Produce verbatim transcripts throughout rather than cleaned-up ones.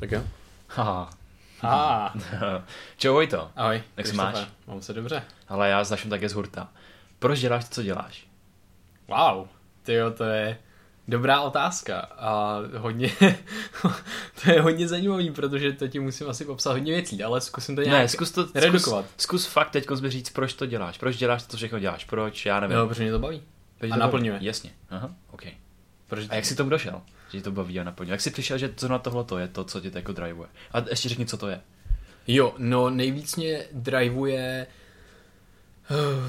Tak jo. Haha. Ah. Čau Vojto. Ahoj. Jak se máš? Mám se dobře. Ale já začnu také z hurta. Proč děláš to, co děláš? Wow. Tyjo, to je dobrá otázka a hodně, to je hodně zajímavý, protože to ti musím asi popsat hodně věcí, ale zkusím to nějak ne, zkus to, redukovat. Zkus, zkus fakt teď mi říct, proč to děláš. Proč děláš to, co všechno děláš. Proč, já nevím. Jo, protože mě to baví. Proč a naplňuje. Jasně, aha, ok. Proč a jak jsi tomu došel, že tě to baví a naplňuje? Jak jsi přišel, že to na tohle to je to, co tě jako drivuje? A ještě řekni, co to je. Jo, no nejvíc mě drivuje uh,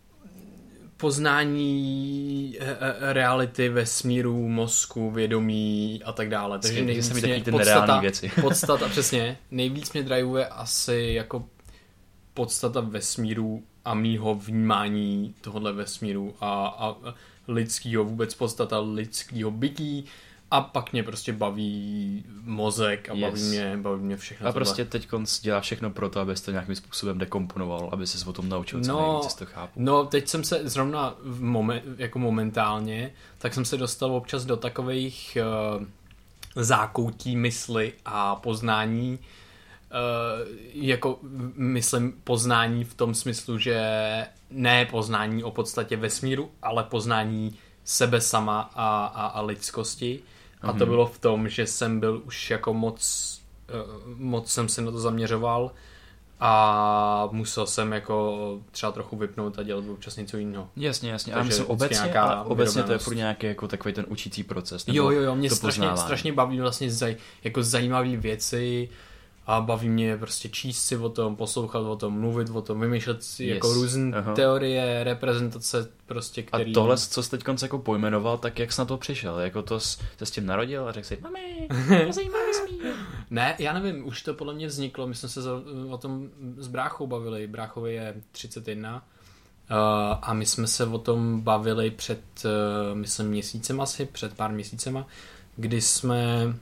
poznání reality, vesmíru, mozku, vědomí a tak dále. Takže Skvěl, nejvíc se mi mě taky ty podstata, nereální věci. podstata, přesně, nejvíc mě drivuje asi jako podstata vesmíru a mýho vnímání tohohle vesmíru a, a lidskýho, vůbec podstata lidskýho bytí. A pak mě prostě baví mozek a yes. baví mě, baví mě všechno. A tohle. prostě teď děláš všechno pro to, abys to nějakým způsobem dekomponoval, aby ses o tom naučil co no, nejvíc, to chápu. No, teď jsem se zrovna v momen, jako momentálně, tak jsem se dostal občas do takových uh, zákoutí mysli a poznání, uh, jako myslím poznání v tom smyslu, že ne poznání o podstatě vesmíru, ale poznání sebe sama a, a, a lidskosti. A to bylo v tom, že jsem byl už jako moc, moc jsem se na to zaměřoval a musel jsem jako třeba trochu vypnout a dělat občas něco jiného. Jasně, jasně. A myslím obecně, a obecně to je furt nějaký jako takový ten učící proces. Jo, jo, jo, mě strašně, strašně baví vlastně zaj, jako zajímavé věci a baví mě prostě číst si o tom, poslouchat o tom, mluvit o tom, vymýšlet si yes. jako různé uh-huh. teorie, reprezentace prostě, který... A tohle, co jsi teď konce jako pojmenoval, tak jak jsi na to přišel? Jako to jsi se s tím narodil a řekl si, mami, to zajímá vesmír. Ne, já nevím, už to podle mě vzniklo, my jsme se o tom s bráchou bavili, bráchovi je třicet jedna uh, a my jsme se o tom bavili před, uh, myslím, měsícem asi, před pár měsícema, kdy jsme...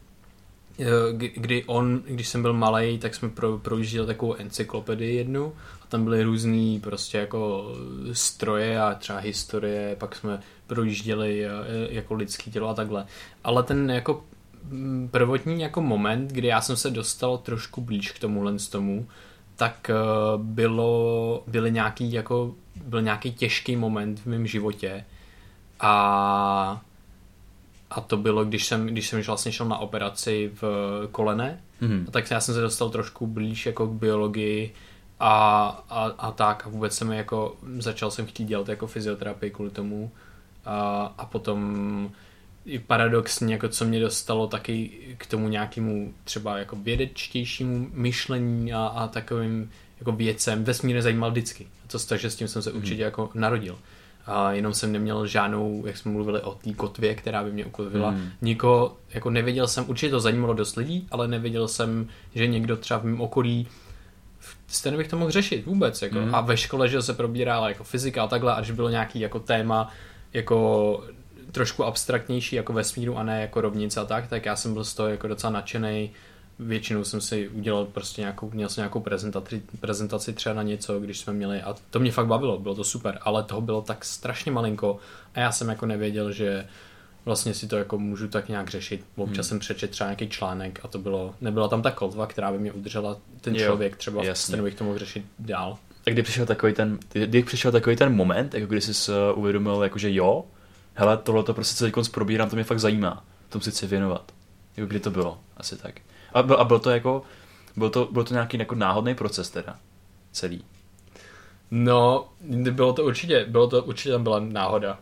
kdy on, když jsem byl malej, tak jsme pro, projížděli takovou encyklopedii jednu a tam byly různý prostě jako stroje a třeba historie, pak jsme projížděli jako lidský tělo a takhle. Ale ten jako prvotní jako moment, kdy já jsem se dostal trošku blíž k tomuhle z tomu, tak bylo, byly nějaký jako, byl nějaký těžký moment v mém životě a A to bylo, když jsem, když jsem vlastně šel na operaci v kolene, mm. tak já jsem se dostal trošku blíž jako k biologii a, a, a tak. A vůbec jsem jako, začal jsem chtít dělat jako fyzioterapii kvůli tomu. A, a potom i paradoxně, jako co mě dostalo taky k tomu nějakému třeba jako vědečtějšímu myšlení a, a takovým jako věcem. Vesmír zajímal vždycky. To, takže s tím jsem se určitě mm. jako narodil. A jenom jsem neměl žádnou, jak jsme mluvili o té kotvě, která by mě ukotvila. Mm. Nikoho, jako nevěděl jsem, určitě to zajímalo dost lidí, ale nevěděl jsem, že někdo třeba v mém okolí stejně bych to mohl řešit vůbec. Jako. Mm. A ve škole, že se probírala jako fyzika a takhle, až bylo nějaký jako téma jako trošku abstraktnější jako vesmíru a ne jako rovnice a tak, tak já jsem byl z toho jako docela nadšenej. Většinou jsem si udělal prostě nějakou, měl jsem nějakou prezentaci, prezentaci třeba na něco, když jsme měli a to mě fakt bavilo, bylo to super, ale toho bylo tak strašně malinko a já jsem jako nevěděl, že vlastně si to jako můžu tak nějak řešit. Občas hmm. jsem přečet třeba nějaký článek a to bylo, nebyla tam ta kotva, která by mě udržela ten člověk, jo, třeba ten bych to mohl řešit dál. Tak kdy přišel takový ten, kdy přišel takový ten moment, jako kdy jsi uvědomil, jako že jo, hele, tohle to prostě se teď probírám, to mě fakt zajímá, tomu si chci věnovat. Jako kdy to bylo, asi tak. A byl, a byl to jako, byl to, byl to nějaký jako náhodný proces teda, celý? No, bylo to určitě, bylo to určitě tam byla náhoda.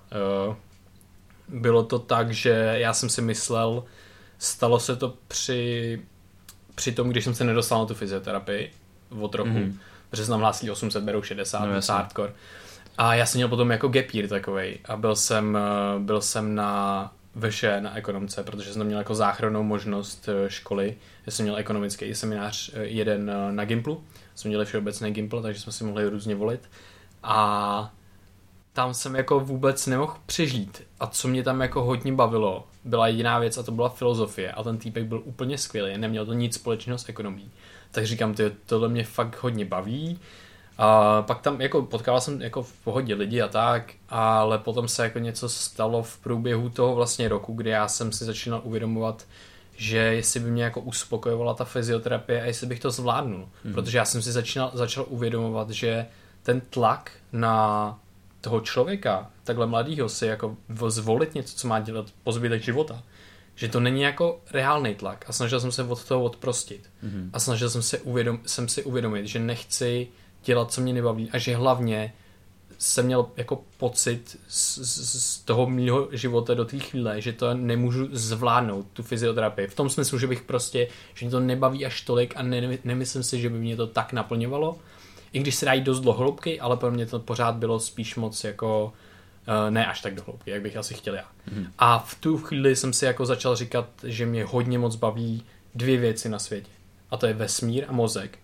Bylo to tak, že já jsem si myslel, stalo se to při, při tom, když jsem se nedostal na tu fyzioterapii o trochu, mm-hmm. protože jsem tam hlásil osm set, berou šedesát, no, hardcore. A já jsem měl potom jako gap year takovej a byl jsem, byl jsem na veše na ekonomce, protože jsem měl jako záchrannou možnost školy. Já jsem měl ekonomický seminář jeden na Gimplu. Jsme měli všeobecný Gimpl, takže jsme si mohli různě volit. A tam jsem jako vůbec nemohl přežít. A co mě tam jako hodně bavilo, byla jediná věc a to byla filozofie. A ten týpek byl úplně skvělý, neměl to nic společného s ekonomií. Tak říkám, ty, tohle mě fakt hodně baví. A pak tam jako potkával jsem jako v pohodě lidi a tak, ale potom se jako něco stalo v průběhu toho vlastně roku, kdy já jsem si začínal uvědomovat, že jestli by mě jako uspokojovala ta fyzioterapie a jestli bych to zvládnul. Mm. Protože já jsem si začínal, začal uvědomovat, že ten tlak na toho člověka, takhle mladýho, si jako zvolit něco, co má dělat po zbytek života, že to není jako reálný tlak a snažil jsem se od toho odprostit. Mm. A snažil jsem, se uvědom, jsem si uvědomit, že nechci dělat, co mě nebaví a že hlavně jsem měl jako pocit z, z, z toho mýho života do té chvíle, že to nemůžu zvládnout, tu fyzioterapii. V tom smyslu, že bych prostě, že mě to nebaví až tolik a ne, nemyslím si, že by mě to tak naplňovalo. I když se dají dost do hloubky, ale pro mě to pořád bylo spíš moc jako, uh, ne až tak do hloubky, jak bych asi chtěl já. Mm. A v tu chvíli jsem si jako začal říkat, že mě hodně moc baví dvě věci na světě. A to je vesmír a mozek.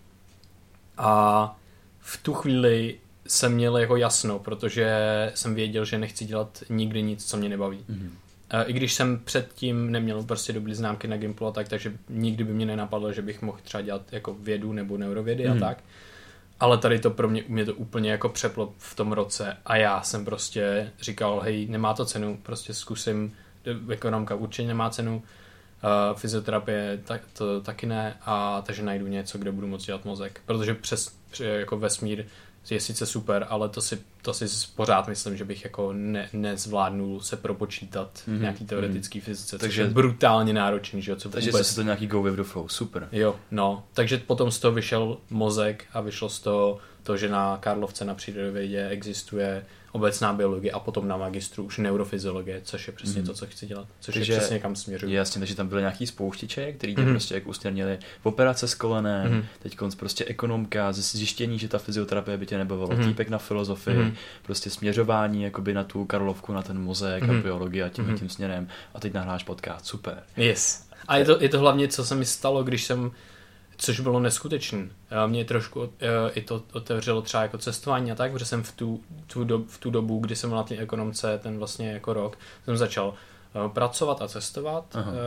A v tu chvíli jsem měl jako jasno, protože jsem věděl, že nechci dělat nikdy nic, co mě nebaví. Mm-hmm. I když jsem předtím neměl prostě dobrý známky na Gimplu a tak, takže nikdy by mě nenapadlo, že bych mohl třeba dělat jako vědu nebo neurovědy mm-hmm. a tak. Ale tady to pro mě, mě to úplně jako přeplo v tom roce a já jsem prostě říkal, hej, nemá to cenu, prostě zkusím, ekonomka určitě nemá cenu, uh, fyzioterapie tak, to taky ne, a takže najdu něco, kde budu moct dělat mozek, protože přes jako vesmír je sice super, ale to si, to si pořád myslím, že bych jako ne, nezvládnul se propočítat mm-hmm. nějaký teoretický fyzice, takže je brutálně náročný, že jo, co takže vůbec. zase to nějaký go with the flow, super. Jo, no, takže potom z toho vyšel mozek a vyšlo z toho to, že na Karlovce na přírodovědě existuje obecná biologie a potom na magistru už neurofyziologie, což je přesně mm. to, co chci dělat, což takže, je přesně kam směřuju. Jasně, takže tam byly nějaký spouštěče, který tě mm. prostě jako usměrnili v operace s kolenem, mm. teď prostě ekonomka, zjištění, že ta fyzioterapie by tě nebavila, mm. týpek na filozofii, mm. prostě směřování jakoby na tu Karlovku, na ten mozek mm. a biologii a tím, mm. tím směrem a teď nahráš podcast, super. Yes. A je to, je to hlavně, co se mi stalo, když jsem což bylo neskutečné. Mě trošku i to otevřelo třeba jako cestování a tak, protože jsem v tu, tu, do, v tu dobu, kdy jsem byl na té ekonomce, ten vlastně jako rok, jsem začal pracovat a cestovat. Aha.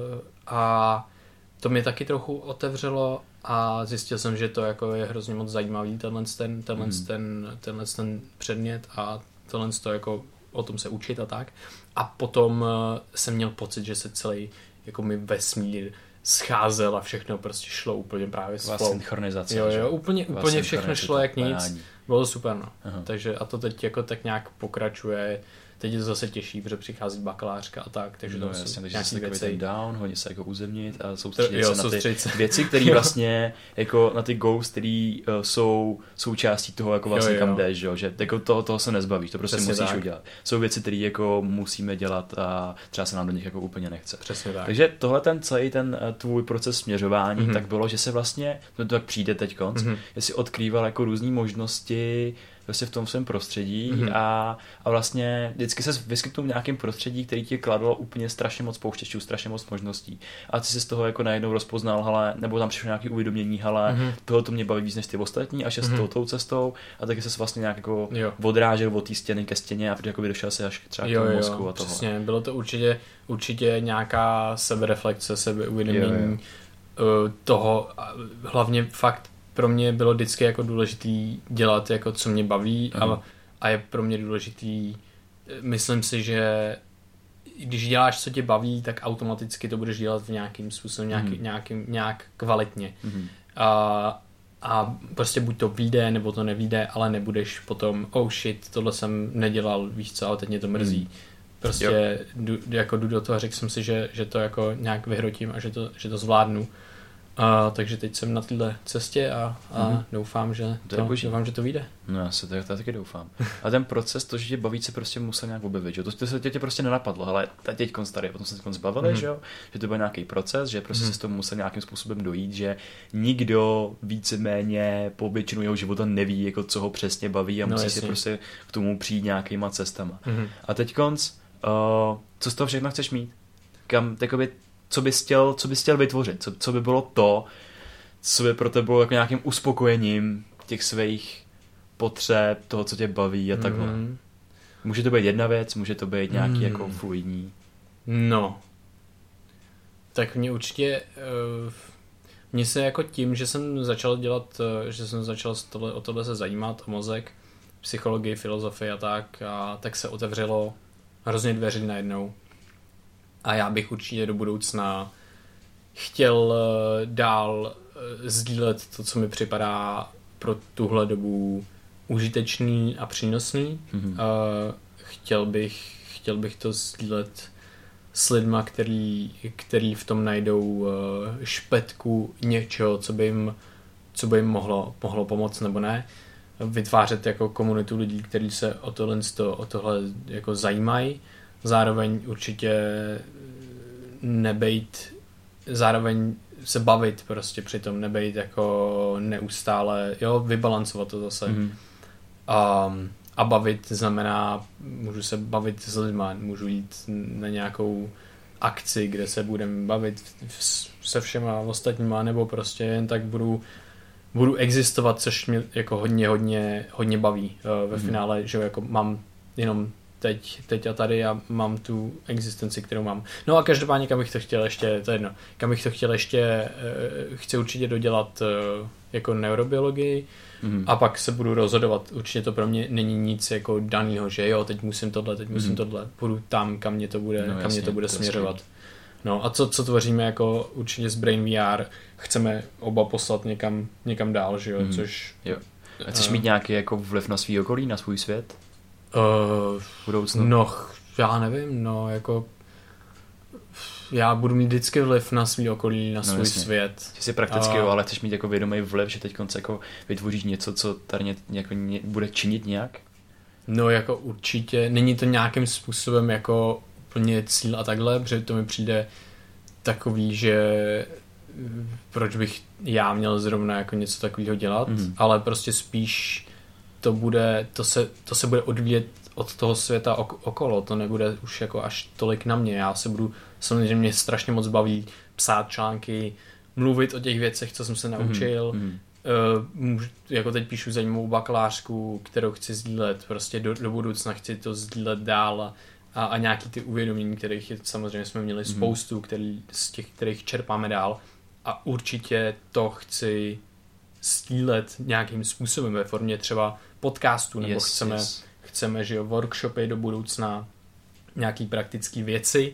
A to mě taky trochu otevřelo a zjistil jsem, že to jako je hrozně moc zajímavý, tenhle ten, tenhle hmm. ten, tenhle ten předmět a tenhle to jako o tom se učit a tak. A potom jsem měl pocit, že se celý jako mi vesmír scházel a všechno prostě šlo úplně právě s flow. Synchronizace. Jo, jo, úplně, úplně všechno šlo jak nic. Bylo super, no. Aha. Takže a to teď jako tak nějak pokračuje. Teď je to zase těžší, protože přichází bakalářka a tak, takže no, to jsou nějaký věci. Takže ten down, hodně se jako uzemnit a soustředit jo, se na ty se. věci, které vlastně jako na ty goals, které uh, jsou součástí toho, jako vlastně jo, jo. kam jdeš, jo? Že jako toho, toho se nezbavíš, to prostě přesně musíš tak. udělat. Jsou věci, které jako musíme dělat a třeba se nám do nich jako úplně nechce. Přesně tak. Takže tohle ten celý ten uh, tvůj proces směřování, mm-hmm. tak bylo, že se vlastně, to tak přijde teďkonc, mm-hmm. že jsi odkrýval jako různé možnosti vlastně v tom svém prostředí mm-hmm. a, a vlastně vždycky se vyskytnul v nějakém prostředí, který ti kladlo úplně strašně moc pouštěčů, strašně moc možností. A ty si z toho jako najednou rozpoznal, hele, nebo tam přišlo nějaké uvědomění, hele, mm-hmm. tohle to mě baví víc než ty ostatní a šel mm-hmm. s tou cestou a taky se vlastně nějak jako jo. odrážel od té stěny ke stěně a jako by došel se až třeba jo, k tomu mozku jo, a toho. Přesně, bylo to určitě, určitě nějaká sebereflexe, sebeuvědomění toho, hlavně fakt pro mě bylo vždycky jako důležitý dělat jako co mě baví mm. a, a je pro mě důležitý, myslím si, že když děláš co tě baví, tak automaticky to budeš dělat v nějakým způsobem, nějaký, mm. nějakým, nějak kvalitně. Mm. A, a prostě buď to vyjde, nebo to nevyjde, ale nebudeš potom, oh shit, tohle jsem nedělal, víš co, ale teď mě to mrzí. Mm. Prostě jdu, jako jdu do toho a řekl jsem si, že, že to jako nějak vyhrotím a že to, že to zvládnu. A, takže teď jsem na této cestě a, a mm. doufám, že to, to doufám, že to vyjde. No já se tak, tak taky doufám. A ten proces, to, že tě baví, se prostě musel nějak objevit, že? To, to se tě, tě prostě nenapadlo, ale teď konc tady, potom se teď konc bavili, mm. že jo? Že to byl nějaký proces, že prostě mm. se s tomu musel nějakým způsobem dojít, že nikdo víceméně po většinu jeho života neví, jako co ho přesně baví a no, musí jasně. si prostě k tomu přijít nějakýma cestama. Mm. A teď konc, uh, co z toho všechno chceš mít? Kam, takoby, co bys chtěl, co bys chtěl vytvořit, co, co by bylo to, co by pro tebe bylo jako nějakým uspokojením těch svých potřeb, toho, co tě baví a takhle. Mm. Může to být jedna věc, může to být nějaký mm. jako fluidní. No. Tak mě určitě uh, mně se jako tím, že jsem začal dělat, uh, že jsem začal tohle, o tohle se zajímat, o mozek, psychologii, filozofii a tak, a tak se otevřelo hrozně dveří najednou. A já bych určitě do budoucna chtěl dál sdílet to, co mi připadá pro tuhle dobu užitečný a přínosný. Mm-hmm. Chtěl bych, chtěl bych to sdílet s lidma, který, který v tom najdou špetku něčeho, co by jim, co by jim mohlo, mohlo pomoct nebo ne. Vytvářet jako komunitu lidí, kteří se o tohle, o tohle jako zajímají. Zároveň určitě nebejt, zároveň se bavit prostě přitom, nebejt jako neustále, jo, vybalancovat to zase. Mm-hmm. A, a bavit znamená, můžu se bavit s lidma, můžu jít na nějakou akci, kde se budeme bavit se všema ostatníma, nebo prostě jen tak budu budu existovat, což mě jako hodně, hodně, hodně baví ve mm-hmm. finále, že jako mám jenom teď, teď a tady a mám tu existenci, kterou mám. No a každopádně, kam bych to chtěl ještě, to je jedno, kam bych to chtěl ještě, chci určitě dodělat jako neurobiologii mm-hmm. a pak se budu rozhodovat, určitě to pro mě není nic jako danýho, že jo, teď musím tohle, teď musím mm-hmm. tohle, půjdu tam, kam mě to bude, no, kam jasně, mě to bude směřovat. Jasně. No a co, co tvoříme jako určitě z Brain V R, chceme oba poslat někam, někam dál, že jo, mm. což... Jo. A chceš uh, mít nějaký jako vliv na svý okolí, na svůj svět? Uh, budoucnu? No, já nevím, no jako... Já budu mít vždycky vliv na svý okolí, na no, svůj jasně. svět. Jsi prakticky, uh, ale chceš mít jako vědomý vliv, že teď konce jako vytvoříš něco, co tady jako ně, bude činit nějak? No jako určitě, není to nějakým způsobem jako plně cíl a takhle, protože to mi přijde takový, že proč bych já měl zrovna jako něco takového dělat, mm. ale prostě spíš to bude, to se, to se bude odvíjet od toho světa okolo, to nebude už jako až tolik na mě, já se budu, samozřejmě mě strašně moc baví psát články, mluvit o těch věcech, co jsem se naučil, mm. Uh, jako teď píšu zajímavou bakalářku, kterou chci sdílet, prostě do, do budoucna chci to sdílet dál a, a nějaký ty uvědomění, kterých je, samozřejmě jsme měli mm. spoustu, který, z těch, kterých čerpáme dál a určitě to chci sdílet nějakým způsobem ve formě třeba podcastu, nebo yes, chceme, yes. chceme, že jo, workshopy do budoucna, nějaký praktické věci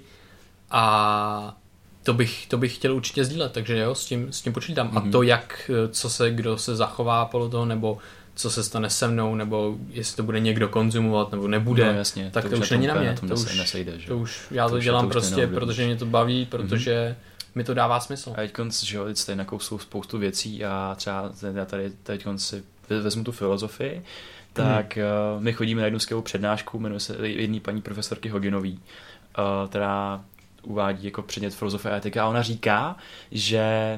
a to bych, to bych chtěl určitě sdílet, takže jo, s tím, s tím počítám. Mm-hmm. A to, jak, co se, kdo se zachová podle toho, nebo co se stane se mnou, nebo jestli to bude někdo konzumovat, nebo nebude, no, jasně, tak to, to už není na mě. To už, nesejde, že? To už já to, to dělám to prostě, protože mě to baví, protože mm-hmm. mi to dává smysl. A teď že jo, teď tady nakousou spoustu věcí a třeba já tady teď si vezmu tu filozofii, tak mm. uh, my chodíme na jednu skvělou přednášku, jmenuje se jedný paní profesorky Hoginový, uh, která uvádí jako předmět filozofie a etika a ona říká, že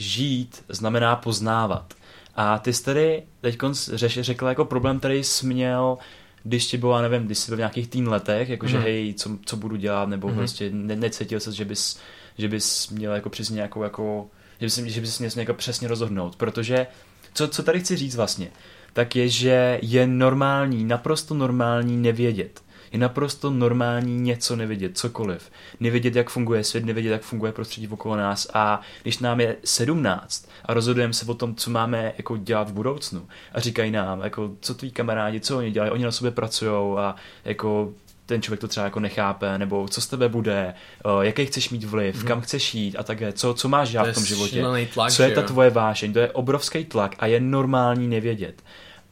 žít znamená poznávat. A ty jsi tady teď řekla jako problém, který jsi měl, když ti bylo, nevím, když jsi byl v nějakých teen letech, jakože mm. hej, co, co budu dělat, nebo mm. prostě ne, necítil se, že bys, že bys měl jako přesně nějakou jako, že bys, že bys měl jako přesně rozhodnout, protože co, co tady chci říct vlastně, tak je, že je normální, naprosto normální nevědět. Je naprosto normální něco nevědět, cokoliv. Nevědět, jak funguje svět, nevědět, jak funguje prostředí okolo nás a když nám je sedmnáct a rozhodujeme se o tom, co máme jako dělat v budoucnu a říkají nám, jako, co tví kamarádi, co oni dělají, oni na sobě pracujou a jako ten člověk to třeba jako nechápe, nebo co z tebe bude, jaký chceš mít vliv, mm. kam chceš jít a také, co, co máš dělat v tom životě, tlak, co je ta tvoje vášeň, to je obrovský tlak a je normální nevědět.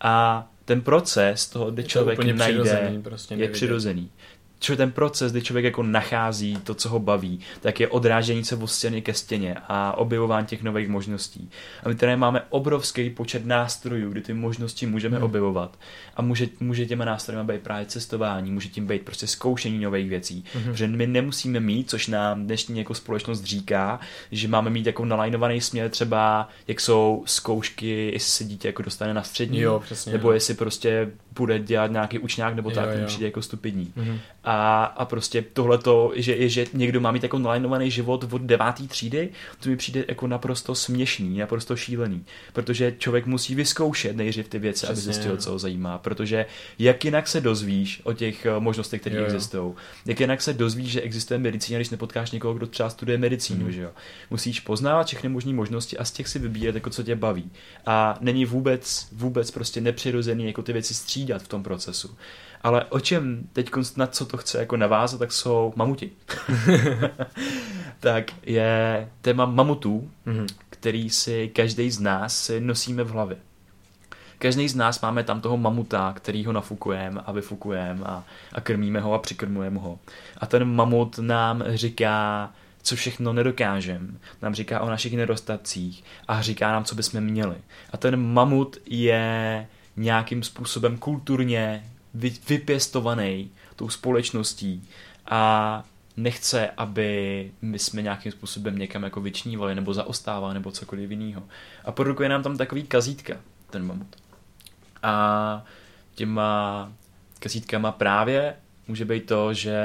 A ten proces toho, kdy člověk najde, přirozený, prostě je přirozený. Čo ten proces, kdy člověk jako nachází to, co ho baví, tak je odrážení se od stěny ke stěně a objevování těch nových možností. A my tady máme obrovský počet nástrojů, kdy ty možnosti můžeme hmm. objevovat. A může, může těma nástroji být právě cestování, může tím být prostě zkoušení nových věcí. Hmm. Protože my nemusíme mít, což nám dnešní jako společnost říká, že máme mít jako nalajnovaný směr třeba, jak jsou zkoušky, jestli se dítě jako dostane na střední, jo, přesně, nebo jo. jestli prostě bude dělat nějaký učňák, nebo tak, ten přijde jako stupidní. Hmm. A, a prostě tohleto, že, že někdo má mít jako nalajnovaný život od devátý třídy, to mi přijde jako naprosto směšný, naprosto šílený. Protože člověk musí vyzkoušet nejdřív ty věci, přesně, aby zjistil, co ho zajímá. Protože jak jinak se dozvíš o těch možnostech, které existují. Jak jinak se dozvíš, že existuje medicína, když nepotkáš někoho, kdo třeba studuje medicínu. Mm. Že jo? Musíš poznávat všechny možné možnosti a z těch si vybírat, jako co tě baví. A není vůbec, vůbec prostě nepřirozený jako ty věci střídat v tom procesu. Ale o čem teď na co to chce jako navázat, tak jsou mamuti. tak je téma mamutů, Mhm. který si každý z nás si nosíme v hlavě. Každý z nás máme tam toho mamuta, který ho nafukujeme a vyfukujeme a, a krmíme ho a přikrmujeme ho. A ten mamut nám říká, co všechno nedokážem. Nám říká o našich nedostatcích a říká nám, co bychom měli. A ten mamut je nějakým způsobem kulturně vy, vypěstovaný tou společností a nechce, aby my jsme nějakým způsobem někam jako vyčnívali nebo zaostávali nebo cokoliv jiného. A produkuje nám tam takový kazítka, ten mamut. A těma kazítkama právě může být to, že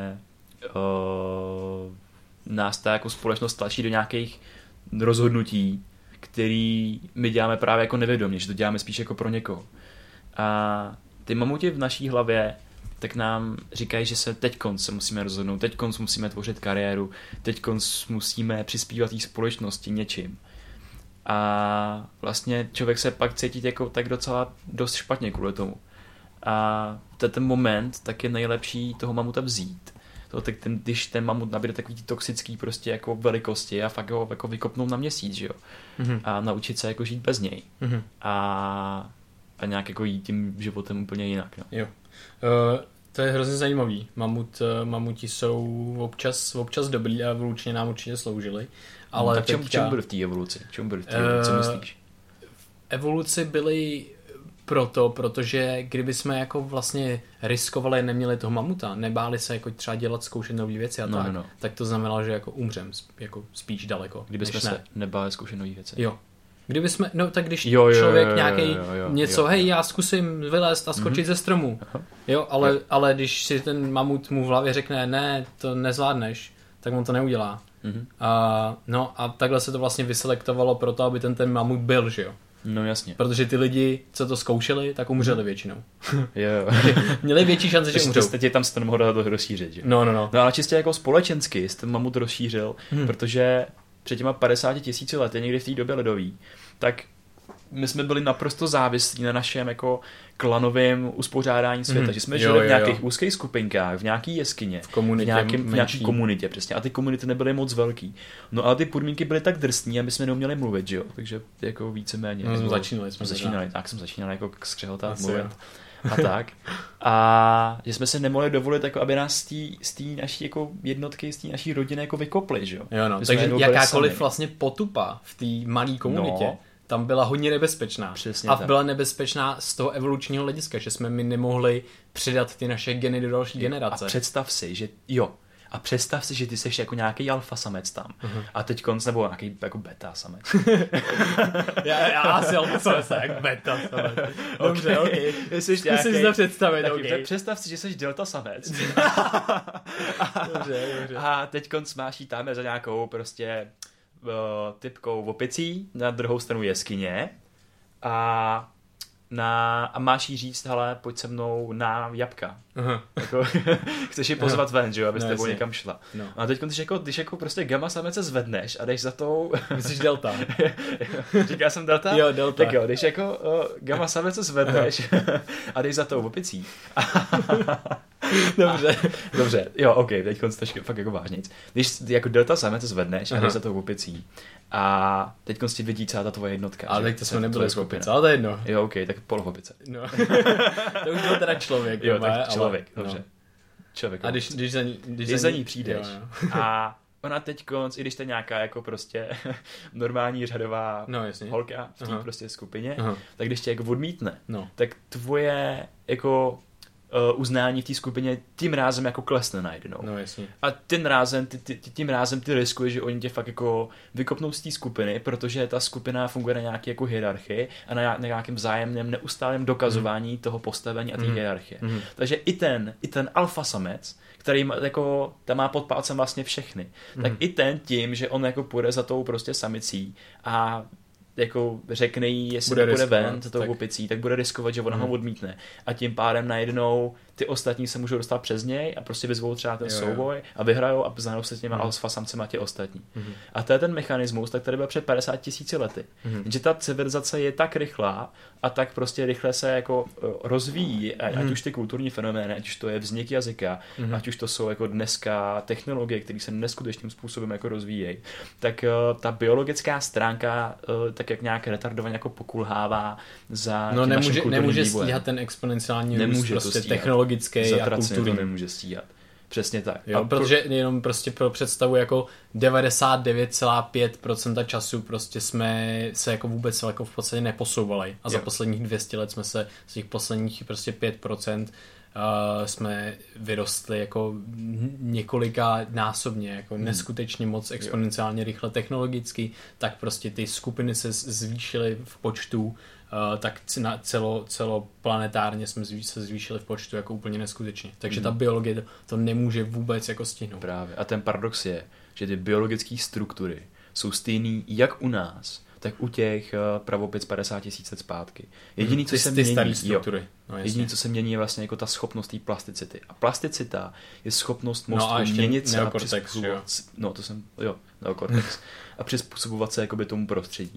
uh, nás ta jako společnost tlačí do nějakých rozhodnutí, který my děláme právě jako nevědomě, že to děláme spíš jako pro někoho. A ty mamuti v naší hlavě tak nám říkají, že se teďkonc se musíme rozhodnout, teďkonc musíme tvořit kariéru, teďkonc musíme přispívat té společnosti něčím. A vlastně člověk se pak cítí jako tak docela dost špatně kvůli tomu. A ten moment tak je nejlepší toho mamuta vzít. To, tak ten, když ten mamut nabíde takový toxický prostě jako velikosti a fakt ho jako vykopnout na měsíc, že jo. Mm-hmm. A naučit se jako žít bez něj. Mm-hmm. A, a nějak jako jít tím životem úplně jinak. No. Jo. Uh, to je hrozně zajímavý. Mamut, uh, mamuti jsou občas, občas dobrý a evolučně nám určitě sloužili. Ale tak čemu, teďka... čemu byli v té evoluci? Čemu byli v té evoluci, uh, myslíš? V evoluci byli proto, protože kdyby jsme jako vlastně riskovali, neměli toho mamuta, nebáli se jako třeba dělat, zkoušet nové věci a no, tak, no, no. tak to znamenalo, že jako umřem jako spíš daleko. Kdyby jsme ne. se nebáli zkoušet nové věci. Jo. Kdyby jsme, no tak když jo, jo, člověk jo, jo, nějaký jo, jo, jo, něco, jo, hej, jo. já zkusím vylézt a skočit mm-hmm. ze stromu. Aha. Jo, ale, jo. ale když si ten mamut mu v hlavě řekne, ne, to nezvládneš, tak on to neudělá. Mm-hmm. A, no a takhle se to vlastně vyselektovalo pro to, aby ten, ten mamut byl, že jo. No jasně. Protože ty lidi, co to zkoušeli, tak umřeli většinou. Jo. Měli větší šance, že umřou. Teď je tam se to nemohlo dát rozšířit, že? No, no, no. No ale čistě jako společensky jsi ten mamut rozšířil, hmm. protože před těma padesáti tisíci lety, někdy v té době ledový, tak my jsme byli naprosto závislí na našem jako klanovém uspořádání světa, mm. že jsme žili jo, jo, v nějakých jo. úzkých skupinkách, v nějaký jeskyně, v, komunitě, v, nějakém, v nějaký komunitě přesně. A ty komunity nebyly moc velký. No ale ty podmínky byly tak drsný, aby jsme neuměli mluvit, že jo? Takže jako víceméně. No, jsme začínali. Jsme začínali, tak jsem začínal jako skřehotat, mluvit. A tak. A že jsme se nemohli dovolit, jako aby nás z té naší jako jednotky, z té naší rodiny jako vykopli, že jo? Jo no, takže jakákoliv vlastně potupa v té malé komunitě, no. tam byla hodně nebezpečná. Přesně a tak. byla nebezpečná z toho evolučního hlediska, že jsme my nemohli přidat ty naše geny do další generace. A představ si, že jo, a představ si, že ty seš jako nějaký alfa samec tam. Uh-huh. A teď konc, nebo nějaký jako beta samec. já, já asi alfa samec, jak beta samec. Dobře, ok. okay. Zkusím nějaký... si to představit, taky, okay. Představ si, že seš delta samec. a, dobře, dobře. A teď konc máš jít tam za nějakou prostě uh, typkou opicí, na druhou stranu jeskyně a Na, a máš jí říct, hele, pojď se mnou na jabka. Uh-huh. Jako, chceš ji pozvat uh-huh. ven, že jo, aby s no, tebou někam šla. No. A teď, když jako, když jako prostě gamma samec se zvedneš a jdeš za tou... Myslíš delta? Říká jsem delta? Jo, delta. Tak jo, když jako uh, gamma samec se zvedneš a jdeš za tou opicí. Dobře. Dobře, jo, ok, teď konc fakt jako vážnějc. Když jako delta samec se zvedneš a jdeš za tou opicí a teď konc ti vidí celá ta tvoje jednotka. Ale teď to jsme nebyli z opice, ale to je jedno. Jo, ok, tak polohopice. No. To už byl teda člověk. Jo, tak člověk, ale, dobře. No. Člověk. A když, když, za ní, když, když za ní přijdeš jo, jo. a ona teď konc, i když to je nějaká jako prostě normální řadová no, jasně. holka v té prostě skupině, Aha. tak když tě jako odmítne, no. tak tvoje jako uh, uznání v té skupině tím rázem jako klesne najednou. No, jasně. A tím rázem, ty, ty, tím rázem ty riskuješ, že oni tě fakt jako vykopnou z té skupiny, protože ta skupina funguje na nějaké jako hierarchii a na, na nějakém vzájemném neustálém dokazování mm. toho postavení a té mm. hierarchie. Mm. Takže i ten, i ten alfa samec, který má, jako, tam má pod palcem vlastně všechny, mm. tak i ten tím, že on jako půjde za tou prostě samicí a jako řekne jí, jestli bude bude riskovat, ven za tou tak. opicí, tak bude riskovat, že ona Mhm. ho odmítne. A tím pádem najednou ty ostatní se můžou dostat přes něj a prostě vyzvou třeba ten Jo, jo. souboj a vyhrajou a zahrajou se s těma Mhm. alfa samcema ti ostatní. Mhm. A to je ten mechanismus, tak tady byl před padesát tisíci lety. Mhm. Že ta civilizace je tak rychlá a tak prostě rychle se jako eh, rozvíjí, a- ať Mhm. už ty kulturní fenomény, ať už to je vznik jazyka, Mhm. ať už to jsou jako dneska technologie, které se neskutečným způsobem jako rozvíjejí, tak uh, ta biologická stránka uh, tak jak nějak retardovaně jako pokulhává za No tím naším nemůže, kulturním nemůže vývojem. stíhat ten exponenciální růst Nemůže to prostě stíhat. technologický a Zatraceně kulturní. to nemůže stíhat. Přesně tak. Jo, A protože jenom prostě pro představu jako devadesát devět celá pět procent času prostě jsme se jako vůbec jako v podstatě neposouvali a za Jo. posledních dvě stě let jsme se z těch posledních prostě pět procent uh, jsme vyrostli jako několika násobně, jako hmm. neskutečně moc exponenciálně rychle technologicky, tak prostě ty skupiny se zvýšily v počtu, uh, tak na celo, celoplanetárně jsme zví, se zvýšili v počtu jako úplně neskutečně. Takže hmm. ta biologie to, to nemůže vůbec jako stihnout. Právě. A ten paradox je, že ty biologické struktury jsou stejný jak u nás, tak u těch uh, pravopic padesát tisíc let zpátky. Jediný, co ty, se ty mění, staré struktury. No, jediný, co se mění, je vlastně jako ta schopnost té plasticity. A plasticita je schopnost mozku No a ještě měnit se a neokortex, přizpůsobovat. No, to jsem, jo, neokortex. A přizpůsobovat se jakoby tomu prostředí.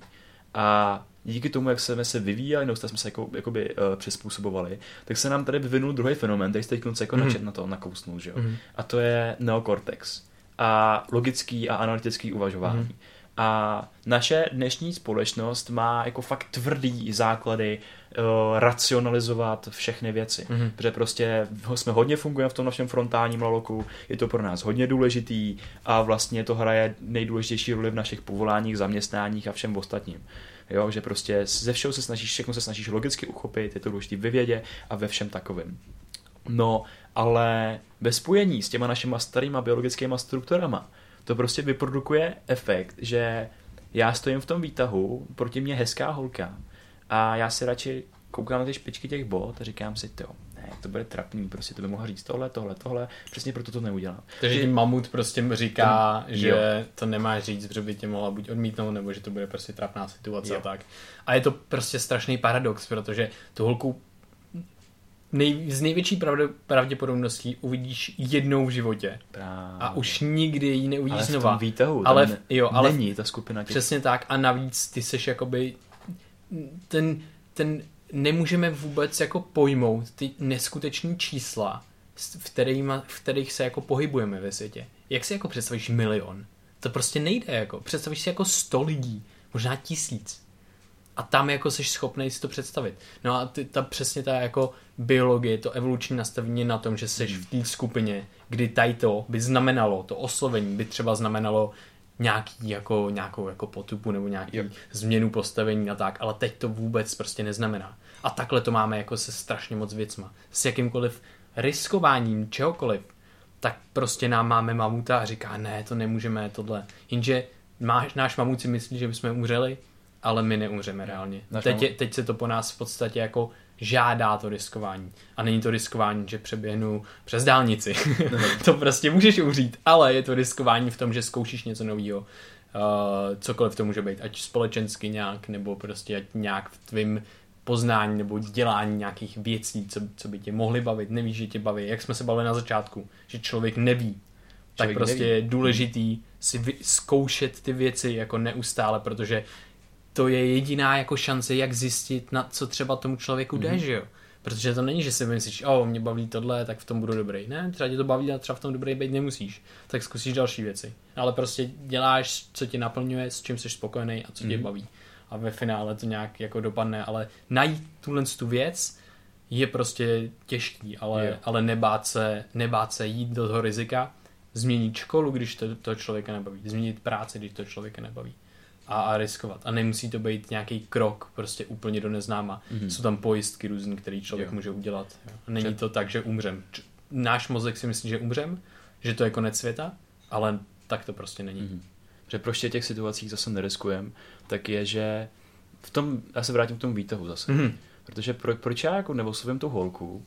A díky tomu, jak jsme se vyvíjeli, neustále jsme se jako, jakoby, uh, přizpůsobovali, tak se nám tady vyvinul druhý fenomén, který jste teď jako mm. načet na to nakousnul, že jo? Mm. A to je neokortex. A logický a analytický uvažování. Mm. A naše dnešní společnost má jako fakt tvrdý základy uh, racionalizovat všechny věci. Mm-hmm. Protože prostě jsme hodně fungujeme v tom našem frontálním laloku, je to pro nás hodně důležitý a vlastně to hraje nejdůležitější roli v našich povoláních, zaměstnáních a všem ostatním. Jo, že prostě ze všeho se snažíš, všechno se snažíš logicky uchopit, je to důležitý ve vědě a ve všem takovém. No, ale ve spojení s těma našima starýma biologickýma strukturama to prostě vyprodukuje efekt, že já stojím v tom výtahu, proti mě hezká holka a já si radši koukám na ty špičky těch bot a říkám si, jo, ne, to bude trapný, prostě to by mohla říct tohle, tohle, tohle, přesně proto to neudělám. Takže tím mamut prostě říká, ten, že jo. to nemáš říct, protože by tě mohla buď odmítnout, nebo že to bude prostě trapná situace Jo. a tak. A je to prostě strašný paradox, protože tu holku nej, z největší pravdě, pravděpodobností uvidíš jednou v životě. Právě. A už nikdy ji neuvidíš ale v znova. tom výtahu, ale tam v, jo, ale není ta skupina těch... Přesně tak a navíc ty seš jakoby ten, ten nemůžeme vůbec jako pojmout ty neskutečný čísla, v, kterýma, v kterých se jako pohybujeme ve světě. Jak si jako představíš milion? To prostě nejde jako. Představíš si jako sto lidí, možná tisíc. A tam jako seš schopnej si to představit. No a ty, ta přesně ta jako biologie, to evoluční nastavení je na tom, že seš v té skupině, kdy tajto by znamenalo, to oslovení by třeba znamenalo nějaký jako, nějakou jako potupu nebo nějaký yep. změnu postavení a tak, ale teď to vůbec prostě neznamená. A takhle to máme jako se strašně moc věcma. S jakýmkoliv riskováním čehokoliv, tak prostě nám máme mamuta a říká, ne, to nemůžeme, tohle. Jenže máš, náš mamut si myslí, že bychom umřeli, ale my neumřeme reálně. Teď, je, teď se to po nás v podstatě jako žádá to riskování. A není to riskování, že přeběhnu přes dálnici. To prostě můžeš umřít, ale je to riskování v tom, že zkoušíš něco nového. Uh, cokoliv to může být, ať společensky nějak, nebo prostě ať nějak v tvým poznání nebo dělání nějakých věcí, co, co by tě mohly bavit, nevíš, že tě baví. Jak jsme se bavili na začátku, že člověk neví, člověk tak prostě neví. Je důležitý si vy, zkoušet ty věci jako neustále, protože to je jediná jako šance, jak zjistit, na co třeba tomu člověku jde, mm-hmm. že jo? Protože to není, že si myslíš, o, mě baví tohle, tak v tom budu dobrý. Ne, třeba tě to baví a třeba v tom dobrý být nemusíš. Tak zkusíš další věci. Ale prostě děláš, co tě naplňuje, s čím jsi spokojený a co mm-hmm. tě baví. A ve finále to nějak jako dopadne, ale najít tuhle tu věc je prostě těžký, ale, ale nebát, se, nebát se jít do toho rizika, změnit školu, když to, to člověka nebaví, změnit práci, když to člověka nebaví. A, a riskovat. A nemusí to být nějaký krok prostě úplně do neznáma. Mm-hmm. Jsou tam pojistky různý, který člověk jo. může udělat. Jo. Není Před... to tak, že umřem. Náš mozek si myslí, že umřem, že to je konec světa, ale tak to prostě není. Mm-hmm. Že prostě těch situacích zase neriskujeme, tak je, že v tom, já se vrátím k tomu výtahu zase. Mm-hmm. Protože pro, proč já jako neoslovím tu holku,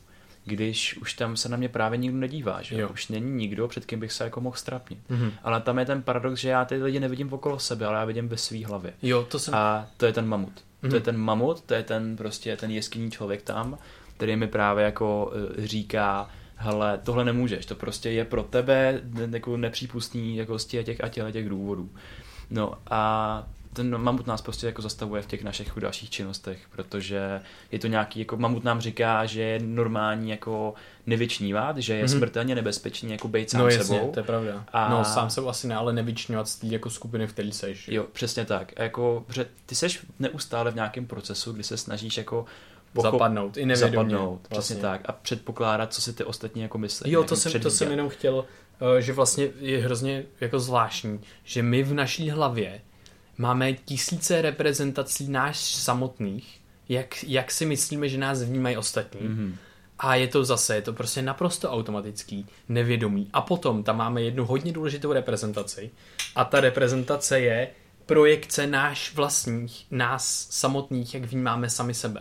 když už tam se na mě právě nikdo nedívá, že jo. Už není nikdo, před kým bych se jako mohl strapnit. Mm-hmm. Ale tam je ten paradox, že já ty lidi nevidím okolo sebe, ale já vidím ve svý hlavě. Jo, to jsem... A to je ten mamut. Mm-hmm. To je ten mamut, to je ten prostě ten jeskyní člověk tam, který mi právě jako říká, hele, tohle nemůžeš, to prostě je pro tebe jako nepřípustný jako z těch a těch, těch důvodů. No a ten mamut nás prostě jako zastavuje v těch našich dalších činnostech, protože je to nějaký, jako mamut nám říká, že je normální jako nevyčnívat, že je mm-hmm. smrtelně nebezpečný jako bejt sám no, jasně, sebou. To je pravda. A... No sám sebou asi ne, ale nevyčňovat z té jako skupiny, v které seš. Jo, přesně tak. A jako, ty seš neustále v nějakém procesu, kdy se snažíš jako Pochop... zapadnout, i nevědomě. Zapadnout, vlastně. Přesně tak. A předpokládat, co si ty ostatní jako myslí. Jo, to jsem, to jsem jenom chtěl, že vlastně je hrozně jako zvláštní, že my v naší hlavě máme tisíce reprezentací náš samotných, jak, jak si myslíme, že nás vnímají ostatní. Mm-hmm. A je to zase, je to prostě naprosto automatický, nevědomý. A potom tam máme jednu hodně důležitou reprezentaci. A ta reprezentace je projekce náš vlastních, nás samotných, jak vnímáme sami sebe.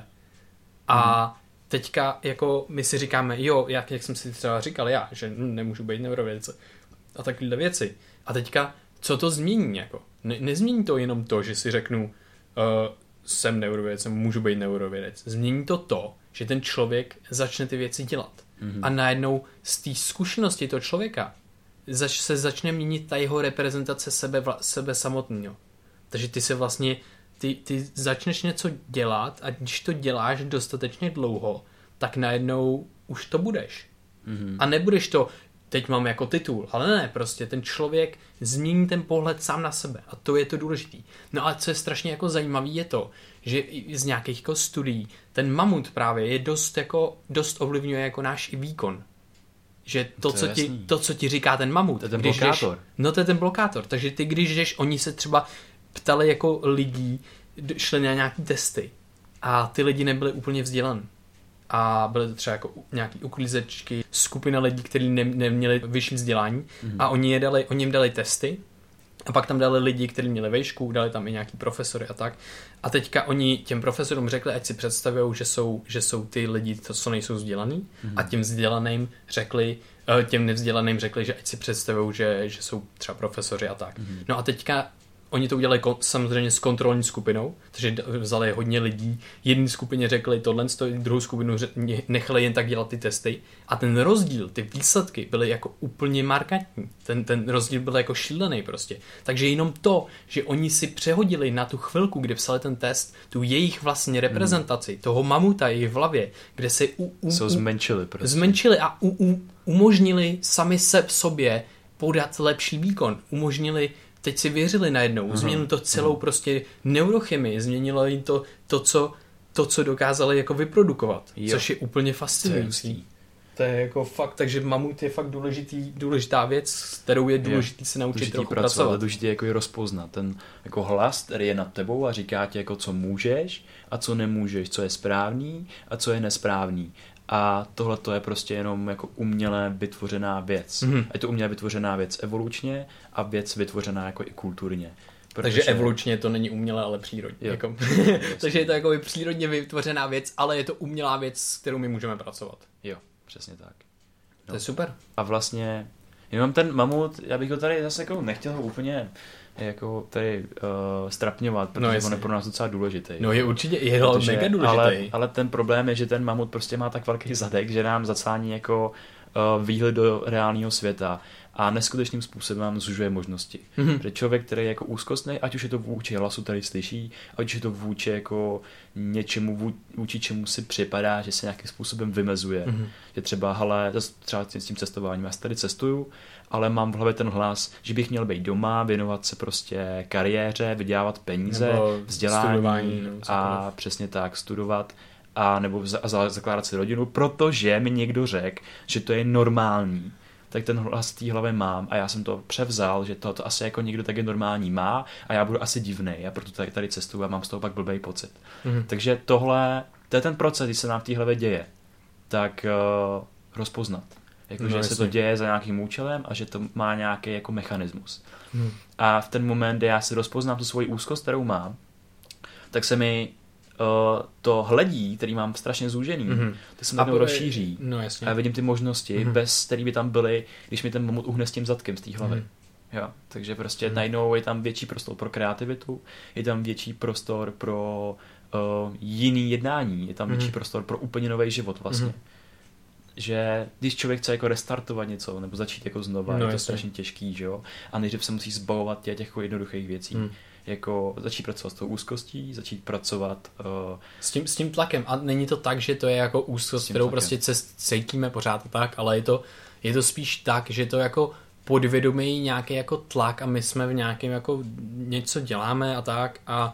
A mm-hmm. teďka jako my si říkáme, jo, jak, jak jsem si třeba říkal já, že hm, nemůžu být neurovědce a takovéhle věci. A teďka, co to změní? Jako? Ne, nezmění to jenom to, že si řeknu, uh, jsem neurovědec, můžu být neurovědec. Změní to to, že ten člověk začne ty věci dělat. Mm-hmm. A najednou z té zkušenosti toho člověka zač, se začne měnit ta jeho reprezentace sebe, vla, sebe samotného. Takže ty se vlastně Ty, ty začneš něco dělat a když to děláš dostatečně dlouho, tak najednou už to budeš. Mm-hmm. A nebudeš to, teď mám jako titul, ale ne, prostě ten člověk změní ten pohled sám na sebe a to je to důležitý. No a co je strašně jako zajímavý je to, že z nějakých jako studií ten mamut právě je dost jako, dost ovlivňuje jako náš i výkon. Že to, to, co ti, to co ti říká ten mamut. To je ten když blokátor. Jdeš, no to je ten blokátor, takže ty když jdeš, oni se třeba ptali jako lidí, šli na nějaký testy a ty lidi nebyli úplně vzdělaní. A byly to třeba jako nějaký uklízečky, skupina lidí, kteří ne, neměli vyšší vzdělání mm-hmm. a oni, je dali, oni jim dali testy a pak tam dali lidi, kteří měli vejšku, dali tam i nějaký profesory a tak. A teďka oni těm profesorům řekli, ať si představují, že jsou, že jsou ty lidi, co nejsou vzdělaný mm-hmm. a těm vzdělaným řekli, těm nevzdělaným řekli, že ať si představují, že, že jsou třeba profesoři a tak. Mm-hmm. No a teďka oni to udělali samozřejmě s kontrolní skupinou, takže vzali hodně lidí. Jedné skupině řekli tohle, druhou skupinu nechali jen tak dělat ty testy a ten rozdíl, ty výsledky byly jako úplně markantní. Ten, ten rozdíl byl jako šílený prostě. Takže jenom to, že oni si přehodili na tu chvilku, kdy psali ten test, tu jejich vlastně reprezentaci, hmm. toho mamuta jejich v hlavě, kde se u, u, u, zmenšili, prostě. zmenšili a u, u, umožnili sami se sobě podat lepší výkon. Umožnili teď si věřili najednou, uh-huh. změnilo to celou uh-huh. prostě neurochemii, změnilo jim to, to, co, to, co dokázali jako vyprodukovat, jo. Což je úplně fascinující. To je jako fakt, takže mamut je fakt důležitý, důležitá věc, s kterou je důležitý je. se naučit důležitý trochu pracovat. pracovat. Důležitý jako je rozpoznat ten jako hlas, který je nad tebou a říká ti jako co můžeš a co nemůžeš, co je správný a co je nesprávný. A tohle to je prostě jenom jako uměle vytvořená věc. Mm-hmm. Je to uměle vytvořená věc evolučně a věc vytvořená jako i kulturně. Protože... Takže evolučně to není umělé, ale přírodně. Jako... Takže je to jako přírodně vytvořená věc, ale je to umělá věc, s kterou my můžeme pracovat. Jo, přesně tak. No. To je super. A vlastně, jenom ten mamut, já bych ho tady zase jako nechtěl ho úplně jako tady uh, strapňovat, protože no on je pro nás docela důležitý. No je určitě, je protože, mega důležitý. Ale, ale ten problém je, že ten mamut prostě má tak velký zadek, že nám zacání jako uh, výhled do reálného světa a neskutečným způsobem nám zužuje možnosti. Mm-hmm. Protože člověk, který je jako úzkostný, ať už je to vůči hlasu, který slyší, ať už je to vůči jako něčemu, vůči čemu si připadá, že se nějakým způsobem vymezuje. Mm-hmm. Že třeba, hele, třeba s tím cestováním, já tady cestuju, ale mám v hlavě ten hlas, že bych měl být doma, věnovat se prostě kariéře, vydělávat peníze, nebo vzdělání a přesně tak, studovat a nebo za, zakládat si rodinu, protože mi někdo řekl, že to je normální. Tak ten hlas v té hlavě mám a já jsem to převzal, že to, to asi jako někdo taky normální má a já budu asi divnej a proto tady, tady cestuju a mám z toho pak blbej pocit. Mm-hmm. Takže tohle, to je ten proces, když se nám v té hlavě děje, tak uh, rozpoznat. Jako, no, že jasně. se to děje za nějakým účelem a že to má nějaký jako mechanismus. Mm. A v ten moment, kdy já si rozpoznám tu svoji úzkost, kterou mám, tak se mi uh, to hledí, který mám strašně zúžený, mm-hmm. tak se najednou rozšíří. No, jasně. A já vidím ty možnosti, mm-hmm. bez který by tam byly, když mi ten mamut uhne s tím zadkem z té hlavy. Mm-hmm. Jo, takže prostě mm-hmm. najednou je tam větší prostor pro kreativitu, je tam větší prostor pro uh, jiný jednání, je tam mm-hmm. větší prostor pro úplně nový život vlastně. Mm-hmm. Že když člověk chce jako restartovat něco nebo začít jako znova, no, je to jasně. strašně těžký, že jo? A nejdřív se musí zbavovat těch jako jednoduchých věcí. Hmm. Jako začít pracovat s tou úzkostí, začít pracovat uh, s, tím, s tím tlakem. A není to tak, že to je jako úzkost, kterou tlakem. prostě cítíme pořád a tak, ale je to, je to spíš tak, že to jako podvědomí nějaký jako tlak a my jsme v nějakém jako něco děláme a tak a,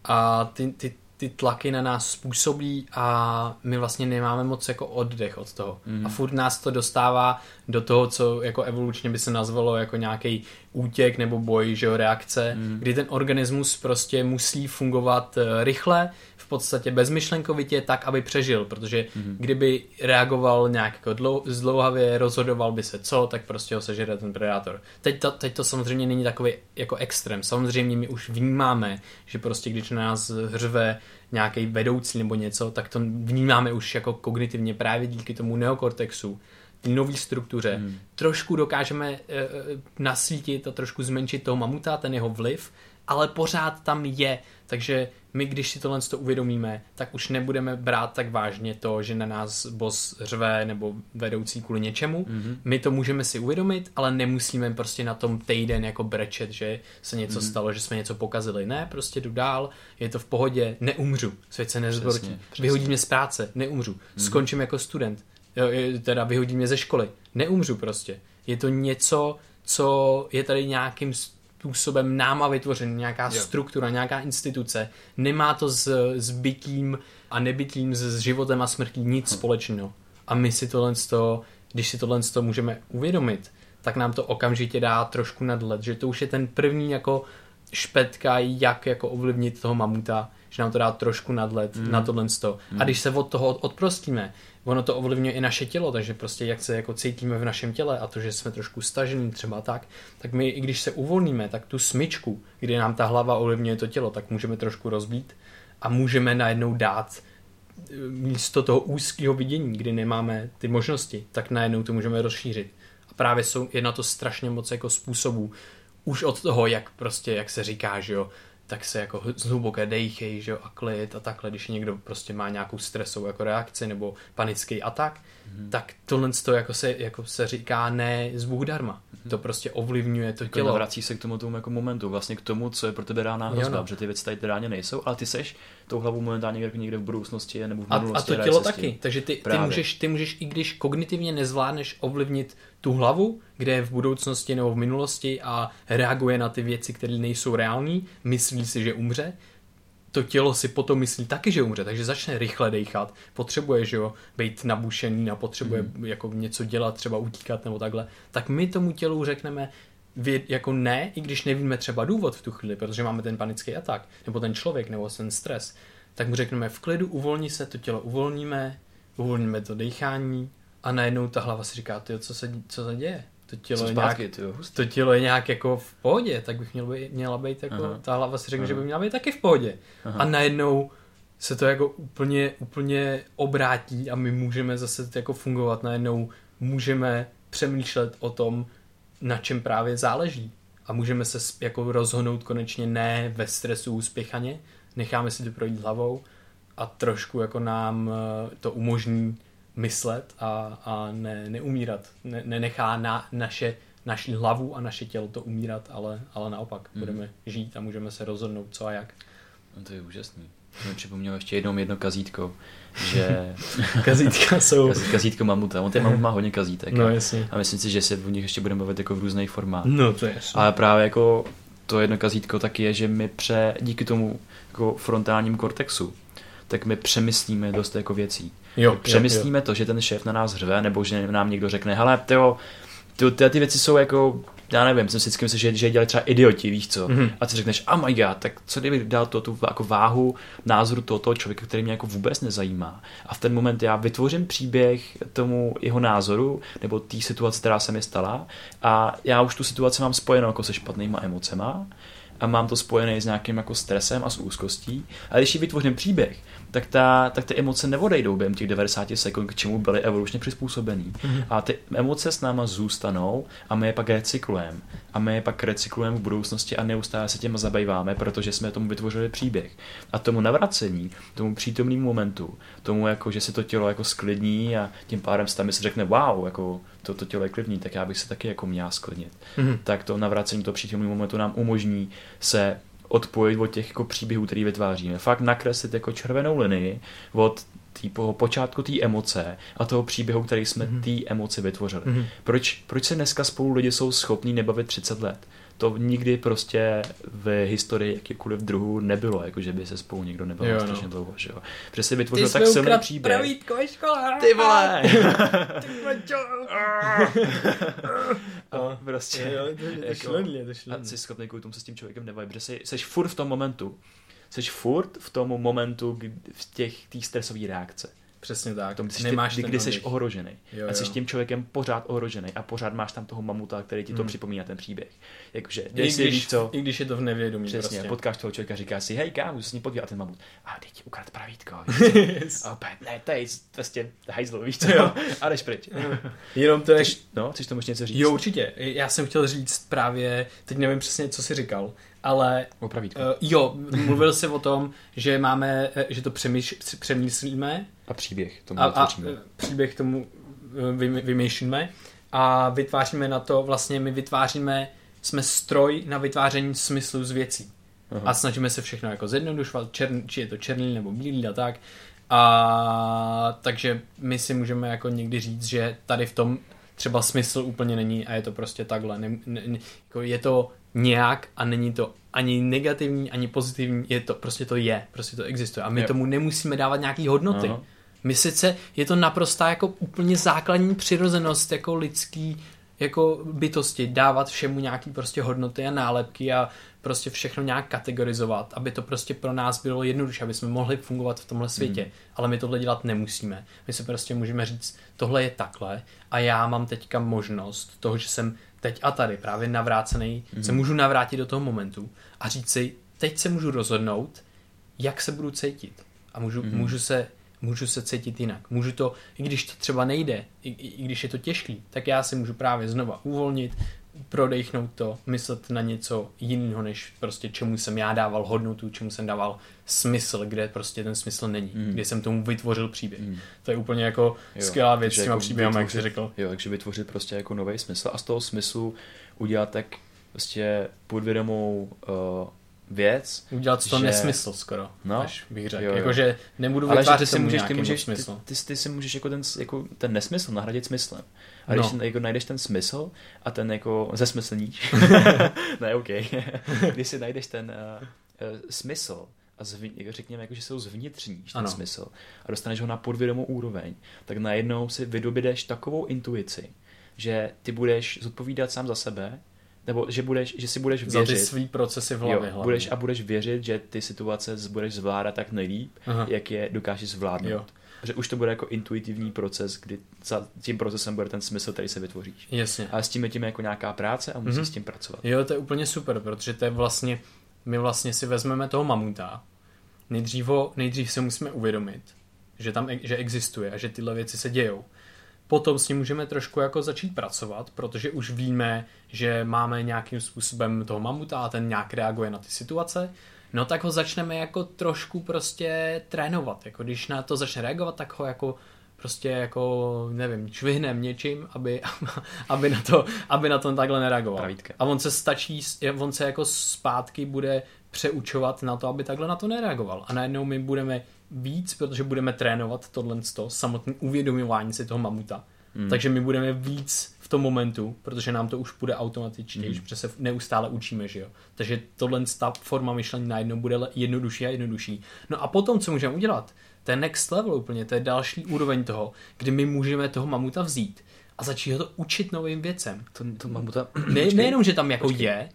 a ty, ty ty tlaky na nás způsobí a my vlastně nemáme moc jako oddech od toho. Mm. A furt nás to dostává do toho, co jako evolučně by se nazvalo jako nějaký útěk nebo boj, že jo, reakce, mm. kdy ten organismus prostě musí fungovat rychle, v podstatě bezmyšlenkovitě, tak, aby přežil, protože mm. kdyby reagoval nějak jako dlou, zdlouhavě, rozhodoval by se co, tak prostě ho sežere ten predátor. Teď to, teď to samozřejmě není takový jako extrém. Samozřejmě my už vnímáme, že prostě když na nás hřve nějaký vedoucí nebo něco, tak to vnímáme už jako kognitivně právě díky tomu neokortexu, ty nový struktuře. Mm. Trošku dokážeme e, nasvítit a trošku zmenšit toho mamuta, ten jeho vliv, ale pořád tam je. Takže my, když si tohle uvědomíme, tak už nebudeme brát tak vážně to, že na nás boss řve nebo vedoucí kvůli něčemu. Mm-hmm. My to můžeme si uvědomit, ale nemusíme prostě na tom týden jako brečet, že se něco mm-hmm. stalo, že jsme něco pokazili. Ne, prostě jdu dál, je to v pohodě, neumřu, svět se nezbortí. Vyhodí mě z práce, neumřu. Mm-hmm. Skončím jako student, teda vyhodí mě ze školy, neumřu prostě. Je to něco, co je tady nějakým způsobem náma vytvořen, nějaká jo. struktura, nějaká instituce. Nemá to s, s bytím a nebytím, s životem a smrtí nic hm. společného. A my si tohle, když si tohle můžeme uvědomit, tak nám to okamžitě dá trošku nadhled, že to už je ten první jako špetka, jak jako ovlivnit toho mamuta, že nám to dá trošku nadhled mm. na tohle. Mm. A když se od toho odprostíme, ono to ovlivňuje i naše tělo, takže prostě jak se jako cítíme v našem těle a to, že jsme trošku stažení třeba tak, tak my i když se uvolníme, tak tu smyčku, kdy nám ta hlava ovlivňuje to tělo, tak můžeme trošku rozbít a můžeme najednou dát místo toho úzkého vidění, kdy nemáme ty možnosti, tak najednou to můžeme rozšířit. A právě jsou, je na to strašně moc jako způsobů. Už od toho, jak prostě, jak se říká, že jo, tak se jako hluboké dejchej, že jo, a klid a takhle, když někdo prostě má nějakou stresovou jako reakci nebo panický atak, mm. tak tohle to jako se, jako se říká ne z Bůh darma. Mm. To prostě ovlivňuje to tělo. Vrací se k tomu, tomu jako momentu, vlastně k tomu, co je pro tebe reálná hrozba, protože ty věci tady reálně nejsou, ale ty seš tou hlavou momentálně někde, někde v budoucnosti nebo v minulosti. A, a to tělo taky, takže ty, ty, můžeš, ty můžeš, i když kognitivně nezvládneš ovlivnit tu hlavu, kde je v budoucnosti nebo v minulosti a reaguje na ty věci, které nejsou reální, myslí si, že umře, to tělo si potom myslí taky, že umře, takže začne rychle dejchat, potřebuje, že jo, být nabušený a potřebuje mm. jako něco dělat, třeba utíkat nebo takhle, tak my tomu tělu řekneme jako ne, i když nevíme třeba důvod v tu chvíli, protože máme ten panický atak, nebo ten člověk, nebo ten stres, tak mu řekneme v klidu, uvolni se, to tělo uvolníme, uvolníme to dechání a najednou ta hlava si říká, tyjo, co se, co se děje? To tělo, je zpátky, nějak, tyjo, to tělo je nějak jako v pohodě, tak bych měl být, měla být jako, aha. ta hlava si řekne, aha. že by měla být taky v pohodě. Aha. A najednou se to jako úplně, úplně obrátí a my můžeme zase jako fungovat, najednou můžeme přemýšlet o tom, na čem právě záleží. A můžeme se jako rozhodnout konečně ne ve stresu uspěchaně, necháme si to projít hlavou a trošku jako nám to umožní myslet a, a ne, neumírat. Ne, nenechá na naše, naši hlavu a naše tělo to umírat, ale, ale naopak mm. budeme žít a můžeme se rozhodnout co a jak. No to je úžasný. To mi připomnělo ještě jednou jedno kazítko, že... Kazítka jsou... Kazítko mamuta. On ten mamut má hodně kazítek. No jasně. A myslím si, že se o nich ještě budeme bavit jako v různých formách. No to je jasný. Ale právě jako to jedno kazítko taky je, že my pře, díky tomu jako frontálním kortexu, tak my přemyslíme dost jako věcí. Jo, přemyslíme jo, jo. to, že ten šéf na nás řve, nebo že nám někdo řekne, hele, tyjo, ty, ty, ty věci jsou jako, já nevím, jsem si vždycky myslel, že, že dělali třeba idioti, víš co? Mm-hmm. A ty řekneš, oh my god, tak co kdybych dal to, tu jako váhu názoru toho, toho člověka, který mě jako vůbec nezajímá. A v ten moment já vytvořím příběh tomu jeho názoru, nebo té situace, která se mi stala, a já už tu situaci mám spojenou jako se špatnýma emocema, a mám to spojené s nějakým jako stresem a s úzkostí. A když ji vytvořím příběh, tak, ta, tak ty emoce neodejdou během těch devadesát sekund, k čemu byly evolučně přizpůsobený. Mm-hmm. A ty emoce s náma zůstanou a my je pak recyklujeme. A my je pak recyklujeme v budoucnosti a neustále se těm zabýváme, protože jsme tomu vytvořili příběh. A tomu navracení, tomu přítomnému momentu, tomu, jako, že si to tělo jako sklidní a tím pádem se tam si řekne, wow, jako to, to tělo je klidný, tak já bych se taky jako měl sklidnit. Mm-hmm. Tak to navracení toho přítomného momentu nám umožní se odpojit od těch jako příběhů, který vytváříme. Fakt nakreslit jako červenou linii od toho počátku té emoce a toho příběhu, který jsme mm-hmm. té emoci vytvořili. Mm-hmm. Proč, proč se dneska spolu lidi jsou schopní nebavit třicet let? To nikdy prostě v historii jakýkoliv druhu nebylo, jako že by se spolu někdo nebavil jo, strašně no. dlouho, že jo. Protože si vytvořil tak silný příběh. Pravítko ve škole. Ty vole! Ty vole! A prostě jo, to, to jako, šledně, to šledně. A jsi schopný kvůli tomu se s tím člověkem nebavit, protože jsi, jsi furt v tom momentu. Jsi furt v tom momentu kdy, v těch tý stresové reakce. Přesně tak. Tom, Nemáš ty, kdy jsi ohrožený. Jo, a jsi tím člověkem pořád ohrožený a pořád máš tam toho mamuta, který ti to hmm. připomíná ten příběh. Jakože, I, když, víš co, I když je to v nevědomí. Přesně, prostě. Potkáš toho člověka, říká si, hej kámo, se s ním podívat a ten mamut. A teď ukrad pravítko. yes. A opět, ne, to je prostě hajzlo, víš co, jo. A jdeš pryč. Jenom to je... Chceš, no, chceš tomu ještě něco říct? Jo, určitě. Já jsem chtěl říct právě, teď nevím přesně, co jsi říkal, ale uh, jo, mluvil jsi o tom, že máme, že to přemýš, přemýšlíme a příběh tomu a, a příběh tomu vy, vymýšlíme a vytváříme na to, vlastně my vytváříme, jsme stroj na vytváření smyslu z věcí. Aha. A snažíme se všechno jako zjednodušovat, čern, či je to černý nebo bílý a tak. A takže my si můžeme jako někdy říct, že tady v tom třeba smysl úplně není a je to prostě takhle. Ne, ne, jako je to nějak a není to ani negativní, ani pozitivní, je to, prostě to je, prostě to existuje a my jo. tomu nemusíme dávat nějaký hodnoty. Aha. My sice, je to naprostá jako úplně základní přirozenost jako lidský jako bytosti, dávat všemu nějaký prostě hodnoty a nálepky a prostě všechno nějak kategorizovat, aby to prostě pro nás bylo jednoduše, aby jsme mohli fungovat v tomhle světě, hmm. ale my tohle dělat nemusíme. My si prostě můžeme říct, tohle je takhle a já mám teďka možnost toho, že jsem teď a tady právě navrácený, mm-hmm. se můžu navrátit do toho momentu a říct si, teď se můžu rozhodnout, jak se budu cítit. A můžu, mm-hmm. můžu, se, můžu se cítit jinak. Můžu to, i když to třeba nejde, i, i když je to těžký, tak já si můžu právě znova uvolnit, prodejchnout to, myslet na něco jiného, než prostě čemu jsem já dával hodnotu, čemu jsem dával smysl, kde prostě ten smysl není, mm. kde jsem tomu vytvořil příběh. Mm. To je úplně jako jo, skvělá věc s těma jako příběhama, jak jsi řekl. Jo, takže vytvořit prostě jako nový smysl a z toho smyslu udělat tak prostě podvědomou uh, věc. Udělat to že... nesmysl skoro, no, až bych řekl. Jakože nebudu vytvářet si můžeš, nějaký můžeš, smysl. Ty, ty, ty si můžeš jako ten, jako ten nesmysl nahradit smyslem. A když no. jako najdeš ten smysl a ten jako zesmyslníš, ne, OK, když si najdeš ten uh, uh, smysl a zvi, jako řekněme, jako, že se ho zvnitřníš, ten ano. smysl a dostaneš ho na podvědomou úroveň, tak najednou si vydobídeš takovou intuici, že ty budeš zodpovídat sám za sebe, nebo že, budeš, že si budeš věřit. Za ty svý procesy v hlavě. Jo, budeš, a budeš věřit, že ty situace budeš zvládat tak nejlíp, Aha. jak je dokážeš zvládnout. Jo. Že už to bude jako intuitivní proces, kdy za tím procesem bude ten smysl, který se vytvoříš. Jasně. Ale s tím je tím jako nějaká práce a musíš mm-hmm. s tím pracovat. Jo, to je úplně super, protože to je vlastně, my vlastně si vezmeme toho mamuta, nejdřív, ho, nejdřív si musíme uvědomit, že tam že existuje a že tyhle věci se dějou. Potom s ním můžeme trošku jako začít pracovat, protože už víme, že máme nějakým způsobem toho mamuta a ten nějak reaguje na ty situace. No tak ho začneme jako trošku prostě trénovat. Jako když na to začne reagovat, tak ho jako prostě jako, nevím, čvihnem něčím, aby, aby, na to, aby na to takhle nereagoval. Pravítka. A on se stačí, on se jako zpátky bude přeučovat na to, aby takhle na to nereagoval. A najednou my budeme víc, protože budeme trénovat tohle samotné uvědomování si toho mamuta. Mm. Takže my budeme víc v tom momentu, protože nám to už bude automatičně, mm. protože se neustále učíme, že jo. Takže tohle ta forma myšlení najednou bude jednodušší a jednodušší. No a potom, co můžeme udělat? To je next level úplně, to je další úroveň toho, kdy my můžeme toho mamuta vzít a začít ho to učit novým věcem. To, to mamuta... Ne, nejenom, že tam jako počkej. je,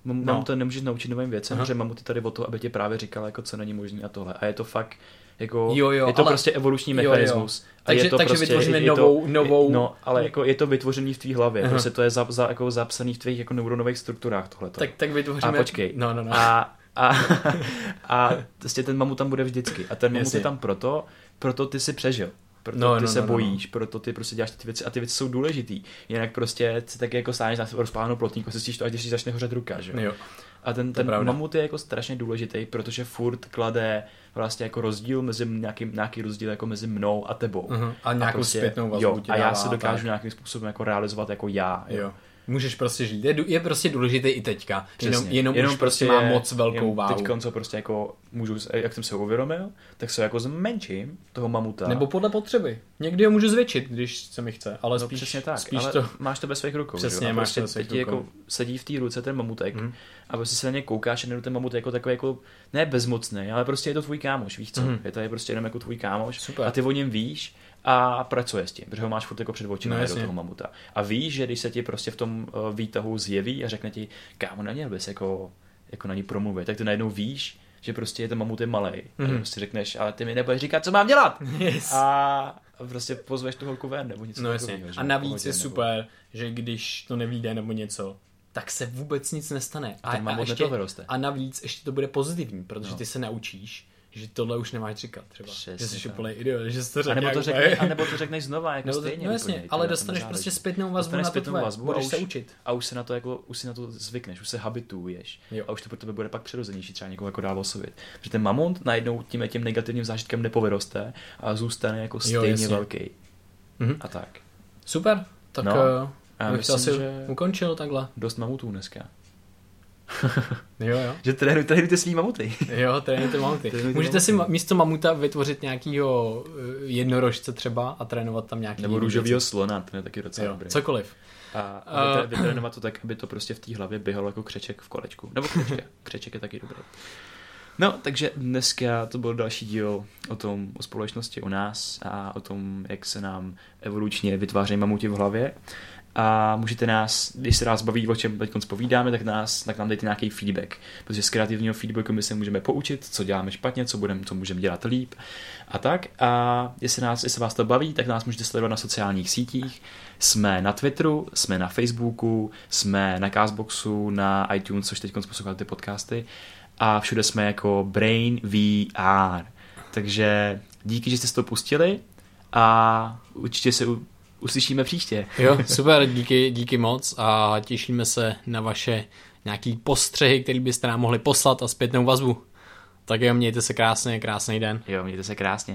Mamuty no. to nemůžeš naučit novým věcem, protože mamuty tady o to, aby ti právě říkala, jako co není možné a tohle. A je to fakt jako, jo, jo, je to ale... prostě evoluční mechanismus. Jo, jo. A takže, je to takže prostě, vytvoříme je to, novou, novou... No, ale jako je to vytvořený v tvý hlavě. Aha. Prostě to je za, za, jako zapsaný v tvých jako neuronových strukturách tohleto. Tak, tak vytvoříme... A počkej. No, no, no. A, a, a prostě ten mamut tam bude vždycky. A ten mamut Jasně. je tam proto, proto ty si přežil. Proto no, ty no, se no, bojíš, no. proto ty prostě děláš ty věci a ty věci jsou důležitý. Jinak prostě si taky jako stáneš na rozpálenou plotníku, se stíš to, a když začne hořet ruka, že jo. A ten, ten mamut je jako strašně důležitý, protože furt klade vlastně jako rozdíl mezi nějakým, nějaký rozdíl jako mezi mnou a tebou. Uh-huh. A nějakou a prostě, zpětnou vazbu a já se dokážu tak. nějakým způsobem jako realizovat jako já. Jo. Jo. Můžeš prostě žít. Je, je prostě důležitý i teďka. Jenom, jenom, jenom už prostě má moc velkou váhu. Teďka, co prostě jako můžu, jak jsem se uvědomil, tak se jako zmenším toho mamuta. Nebo podle potřeby. Někdy ho můžu zvětšit, když se mi chce, ale no, spíš, přesně tak, spíš ale to... máš to ve svých rukou. Přesně, máš prostě to ve svých rukou. Jako sedí v té ruce ten mamutek mm. a prostě se na ně koukáš a ten mamut jako takový jako, ne bezmocný, ale prostě je to tvůj kámoš, víš co? Mm. Je to je prostě jenom jako tvůj kámoš. Super. A ty o něm víš a pracuje s tím, protože ho máš furt jako před očima no, do toho mamuta. A víš, že když se ti prostě v tom uh, výtahu zjeví a řekne ti, kámo, neměl bys jako, jako na ní promluvit, tak ty najednou víš, že prostě ten mamut je malej. Mm-hmm. A prostě řekneš, ale ty mi nebudeš říkat, co mám dělat. Yes. A prostě pozveš tu holku ven, nebo něco no, takového. A navíc pohodě, je super, nebo... že když to nevyjde nebo něco, tak se vůbec nic nestane. A, a, ještě, a navíc ještě to bude pozitivní, protože no. ty se naučíš, že tohle už nemáš říkat třeba. Přesně, že jsi úplný idiot, že jsi to řekl. A nebo to, řekne, a nebo to řekneš znova, jako nebo stejně. No jasně, úplně, ale dostaneš prostě zpětnou vazbu na to tvoje. Budeš už, se učit. A už se na to jako, už si na to zvykneš, už se habituješ. Jo. A už to pro tebe bude pak přirozenější třeba někoho jako dál osovit. Protože ten mamont najednou tím tím negativním zážitkem nepovyroste a zůstane jako stejně jo, velký. Mhm. A tak. Super, tak no, uh, bych to asi ukončil takhle. Dost mamutů dneska. jo, jo. Že trénu, trénujte svý mamuty. jo, trénujte mamuty. Trénujte Můžete mamuty. si místo mamuta vytvořit nějakýho jednorožce třeba a trénovat tam nějaký... Nebo růžovýho slona, to je taky docela dobrý. Cokoliv. A, a uh, vytrénovat to tak, aby to prostě v té hlavě běhalo jako křeček v kolečku. Nebo křečka. Křeček je taky dobrý. No, takže dneska to byl další díl o tom, o společnosti, o nás a o tom, jak se nám evolučně vytvářejí mamuti v hlavě. A můžete nás, když se nás baví, o čem teď povídáme, tak, nás, tak nám dejte nějaký feedback, protože z kreativního feedbacku my se můžeme poučit, co děláme špatně, co, budem, co můžeme dělat líp a tak. A jestli, nás, jestli vás to baví, tak nás můžete sledovat na sociálních sítích. Jsme na Twitteru, jsme na Facebooku, jsme na Castboxu, na iTunes, což teď posloucháte ty podcasty. A všude jsme jako Brain V R. Takže díky, že jste to pustili a určitě se uslyšíme příště. Jo, super, díky, díky moc a těšíme se na vaše nějaký postřehy, které byste nám mohli poslat a zpětnou vazbu. Tak jo, mějte se krásně, krásný den. Jo, mějte se krásně.